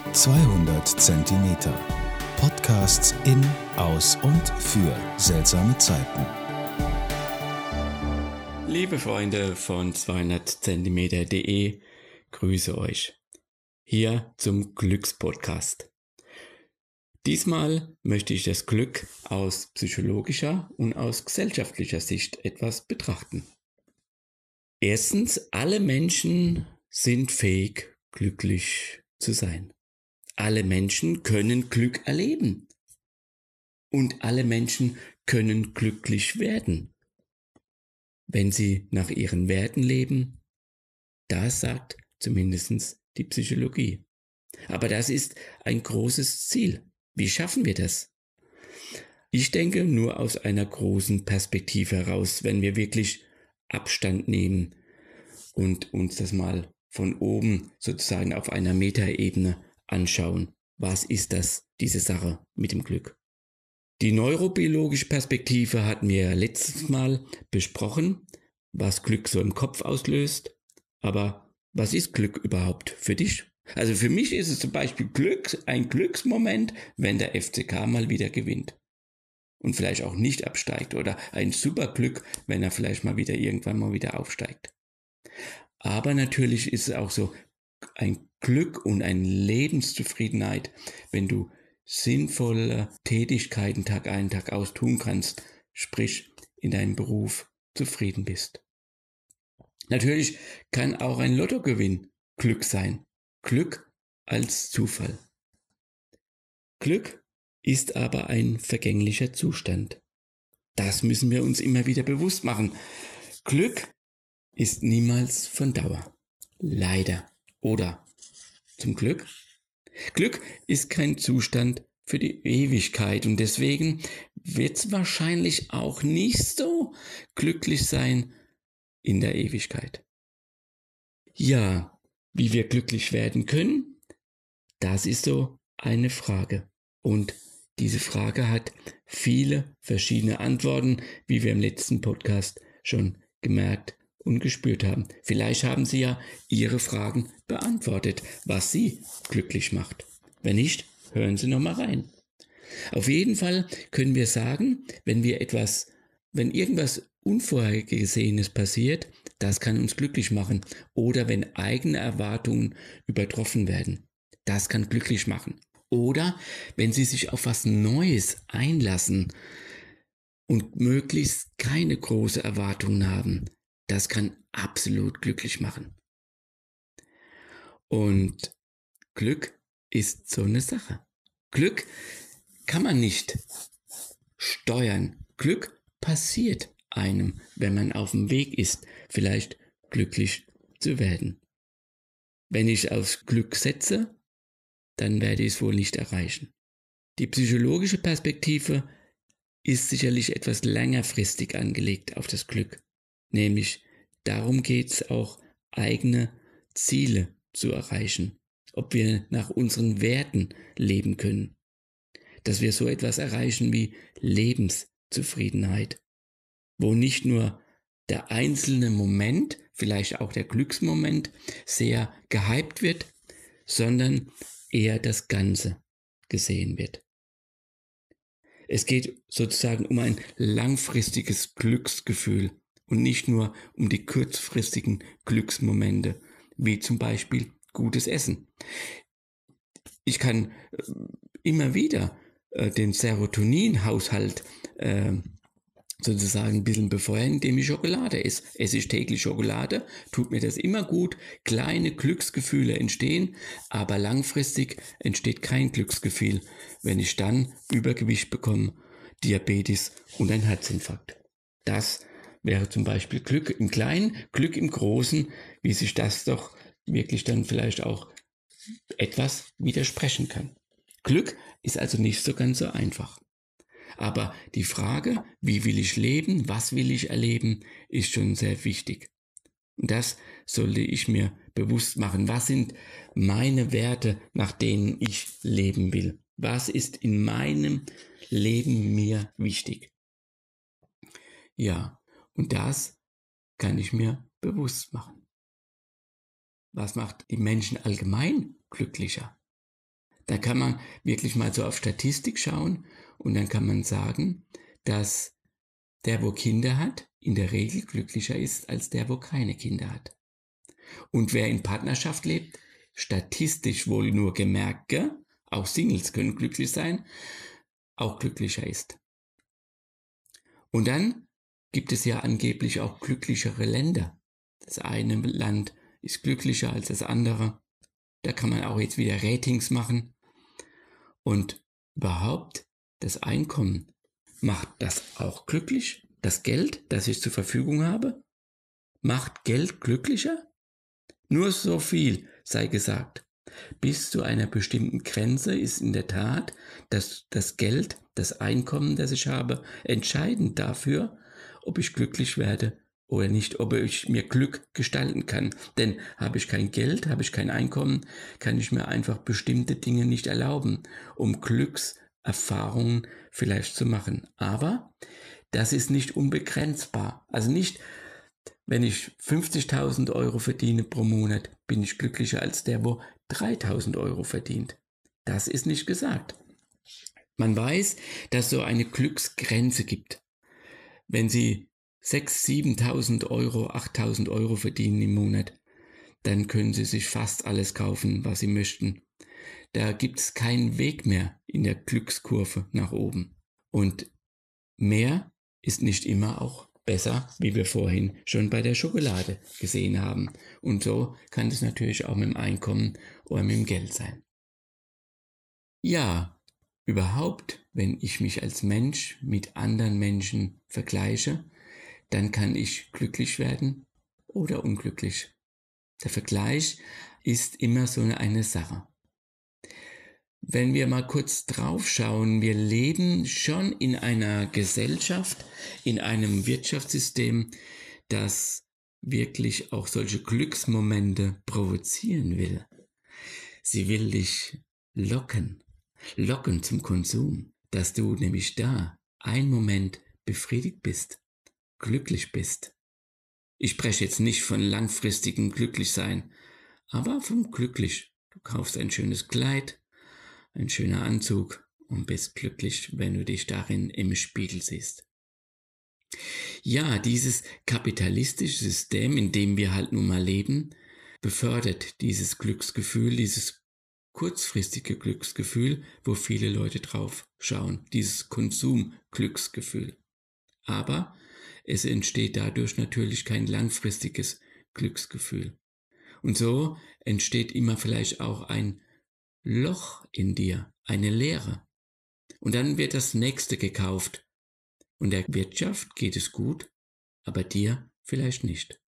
200 Zentimeter. Podcasts in, aus und für seltsame Zeiten. Liebe Freunde von 200cm.de, grüße euch. Hier zum Glückspodcast. Diesmal möchte ich das Glück aus psychologischer und aus gesellschaftlicher Sicht etwas betrachten. Erstens, alle Menschen sind fähig, glücklich zu sein. Alle Menschen können Glück erleben. Und alle Menschen können glücklich werden, wenn sie nach ihren Werten leben. Das sagt zumindest die Psychologie. Aber das ist ein großes Ziel. Wie schaffen wir das? Ich denke nur aus einer großen Perspektive heraus, wenn wir wirklich Abstand nehmen und uns das mal von oben sozusagen auf einer Metaebene anschauen. Was ist das, diese Sache mit dem Glück? Die neurobiologische Perspektive hatten wir letztes Mal besprochen, was Glück so im Kopf auslöst. Aber was ist Glück überhaupt für dich? Also für mich ist es zum Beispiel ein Glücksmoment, wenn der FCK mal wieder gewinnt und vielleicht auch nicht absteigt, oder ein Superglück, wenn er vielleicht mal wieder irgendwann mal wieder aufsteigt. Aber natürlich ist es auch so ein Glück und eine Lebenszufriedenheit, wenn du sinnvolle Tätigkeiten Tag ein, Tag aus tun kannst, sprich in deinem Beruf zufrieden bist. Natürlich kann auch ein Lottogewinn Glück sein. Glück als Zufall. Glück ist aber ein vergänglicher Zustand. Das müssen wir uns immer wieder bewusst machen. Glück ist niemals von Dauer. Leider. Oder zum Glück. Glück ist kein Zustand für die Ewigkeit und deswegen wird es wahrscheinlich auch nicht so glücklich sein in der Ewigkeit. Ja, wie wir glücklich werden können, das ist so eine Frage. Und diese Frage hat viele verschiedene Antworten, wie wir im letzten Podcast schon gemerkt und gespürt haben. Vielleicht haben Sie ja Ihre Fragen beantwortet, was Sie glücklich macht. Wenn nicht, hören Sie noch mal rein. Auf jeden Fall können wir sagen, wenn irgendwas Unvorhergesehenes passiert, das kann uns glücklich machen. Oder wenn eigene Erwartungen übertroffen werden, das kann glücklich machen. Oder wenn Sie sich auf was Neues einlassen und möglichst keine großen Erwartungen haben, das kann absolut glücklich machen. Und Glück ist so eine Sache. Glück kann man nicht steuern. Glück passiert einem, wenn man auf dem Weg ist, vielleicht glücklich zu werden. Wenn ich aufs Glück setze, dann werde ich es wohl nicht erreichen. Die psychologische Perspektive ist sicherlich etwas längerfristig angelegt auf das Glück. Nämlich darum geht es auch, eigene Ziele zu erreichen. Ob wir nach unseren Werten leben können. Dass wir so etwas erreichen wie Lebenszufriedenheit. Wo nicht nur der einzelne Moment, vielleicht auch der Glücksmoment, sehr gehypt wird, sondern eher das Ganze gesehen wird. Es geht sozusagen um ein langfristiges Glücksgefühl und nicht nur um die kurzfristigen Glücksmomente, wie zum Beispiel gutes Essen. Ich kann immer wieder den Serotoninhaushalt sozusagen ein bisschen befeuern, indem ich Schokolade esse. Esse ich täglich Schokolade, tut mir das immer gut, kleine Glücksgefühle entstehen, aber langfristig entsteht kein Glücksgefühl, wenn ich dann Übergewicht bekomme, Diabetes und einen Herzinfarkt. Das wäre zum Beispiel Glück im Kleinen, Glück im Großen, wie sich das doch wirklich dann vielleicht auch etwas widersprechen kann. Glück ist also nicht so ganz so einfach. Aber die Frage, wie will ich leben, was will ich erleben, ist schon sehr wichtig. Und das sollte ich mir bewusst machen. Was sind meine Werte, nach denen ich leben will? Was ist in meinem Leben mir wichtig? Ja, und das kann ich mir bewusst machen. Was macht die Menschen allgemein glücklicher? Da kann man wirklich mal so auf Statistik schauen und dann kann man sagen, dass der, wo Kinder hat, in der Regel glücklicher ist als der, wo keine Kinder hat. Und wer in Partnerschaft lebt, statistisch wohl nur gemerkt, auch Singles können glücklich sein, auch glücklicher ist. Und dann gibt es ja angeblich auch glücklichere Länder. Das eine Land ist glücklicher als das andere. Da kann man auch jetzt wieder Ratings machen. Und überhaupt das Einkommen, macht das auch glücklich? Das Geld, das ich zur Verfügung habe, macht Geld glücklicher? Nur so viel sei gesagt. Bis zu einer bestimmten Grenze ist in der Tat das Geld, das Einkommen, das ich habe, entscheidend dafür, ob ich glücklich werde oder nicht, ob ich mir Glück gestalten kann. Denn habe ich kein Geld, habe ich kein Einkommen, kann ich mir einfach bestimmte Dinge nicht erlauben, um Glückserfahrungen vielleicht zu machen. Aber das ist nicht unbegrenzbar. Also nicht, wenn ich 50.000 Euro verdiene pro Monat, bin ich glücklicher als der, wo 3.000 Euro verdient. Das ist nicht gesagt. Man weiß, dass es so eine Glücksgrenze gibt. Wenn Sie 6.000, 7.000 Euro, 8.000 Euro verdienen im Monat, dann können Sie sich fast alles kaufen, was Sie möchten. Da gibt es keinen Weg mehr in der Glückskurve nach oben. Und mehr ist nicht immer auch besser, wie wir vorhin schon bei der Schokolade gesehen haben. Und so kann es natürlich auch mit dem Einkommen oder mit dem Geld sein. Ja, überhaupt, wenn ich mich als Mensch mit anderen Menschen vergleiche, dann kann ich glücklich werden oder unglücklich. Der Vergleich ist immer so eine Sache. Wenn wir mal kurz drauf schauen, wir leben schon in einer Gesellschaft, in einem Wirtschaftssystem, das wirklich auch solche Glücksmomente provozieren will. Sie will dich locken zum Konsum, dass du nämlich da einen Moment befriedigt bist, glücklich bist. Ich spreche jetzt nicht von langfristigem Glücklichsein, aber vom glücklich. Du kaufst ein schönes Kleid, ein schöner Anzug und bist glücklich, wenn du dich darin im Spiegel siehst. Ja, dieses kapitalistische System, in dem wir halt nun mal leben, befördert dieses Glücksgefühl, dieses kurzfristige Glücksgefühl, wo viele Leute drauf schauen, dieses Konsumglücksgefühl. Aber es entsteht dadurch natürlich kein langfristiges Glücksgefühl. Und so entsteht immer vielleicht auch ein Loch in dir, eine Leere. Und dann wird das nächste gekauft. Und der Wirtschaft geht es gut, aber dir vielleicht nicht.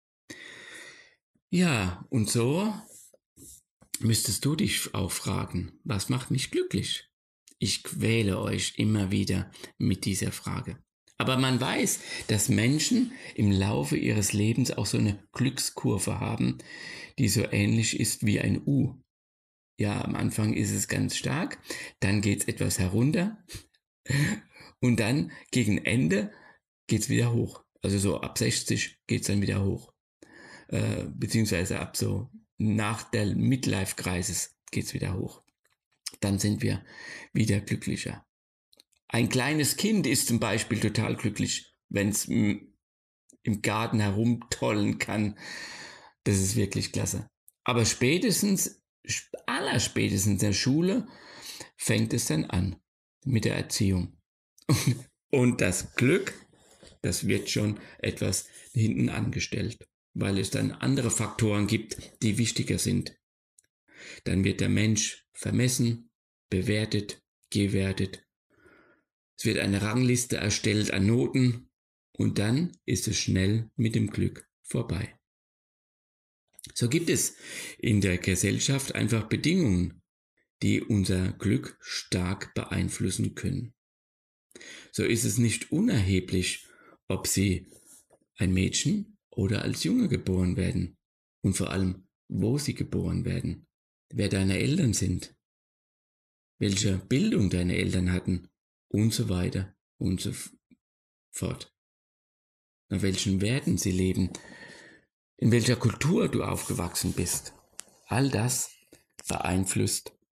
Ja, und so müsstest du dich auch fragen, was macht mich glücklich? Ich quäle euch immer wieder mit dieser Frage. Aber man weiß, dass Menschen im Laufe ihres Lebens auch so eine Glückskurve haben, die so ähnlich ist wie ein U. Ja, am Anfang ist es ganz stark, dann geht es etwas herunter und dann gegen Ende geht es wieder hoch. Also so ab 60 geht es dann wieder hoch. Beziehungsweise ab so nach der Midlife-Crisis geht es wieder hoch. Dann sind wir wieder glücklicher. Ein kleines Kind ist zum Beispiel total glücklich, wenn es im Garten herumtollen kann. Das ist wirklich klasse. Aber allerspätestens in der Schule fängt es dann an mit der Erziehung. Und das Glück, das wird schon etwas hinten angestellt, weil es dann andere Faktoren gibt, die wichtiger sind. Dann wird der Mensch vermessen, bewertet, gewertet. Es wird eine Rangliste erstellt an Noten und dann ist es schnell mit dem Glück vorbei. So gibt es in der Gesellschaft einfach Bedingungen, die unser Glück stark beeinflussen können. So ist es nicht unerheblich, ob sie ein Mädchen oder als Junge geboren werden und vor allem, wo sie geboren werden, wer deine Eltern sind, welche Bildung deine Eltern hatten und so weiter und so fort. Nach welchen Werten sie leben, in welcher Kultur du aufgewachsen bist. All das beeinflusst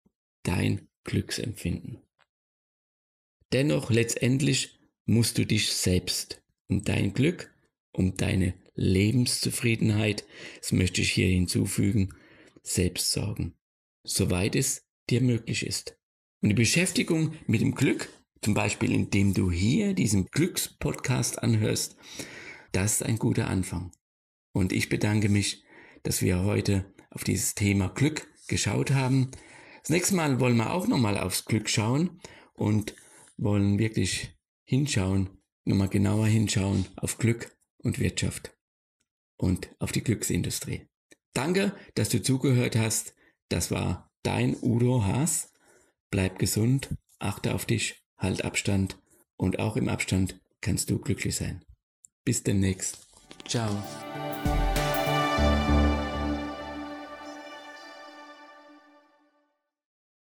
dein Glücksempfinden. Dennoch letztendlich musst du dich selbst um dein Glück, um deine Lebenszufriedenheit, das möchte ich hier hinzufügen, selbst sorgen, soweit es dir möglich ist. Und die Beschäftigung mit dem Glück, zum Beispiel indem du hier diesen Glückspodcast anhörst, das ist ein guter Anfang. Und ich bedanke mich, dass wir heute auf dieses Thema Glück geschaut haben. Das nächste Mal wollen wir auch nochmal aufs Glück schauen und wollen wirklich hinschauen, nochmal genauer hinschauen auf Glück und Wirtschaft und auf die Glücksindustrie. Danke, dass du zugehört hast. Das war dein Udo Haas. Bleib gesund, achte auf dich, halt Abstand und auch im Abstand kannst du glücklich sein. Bis demnächst. Ciao.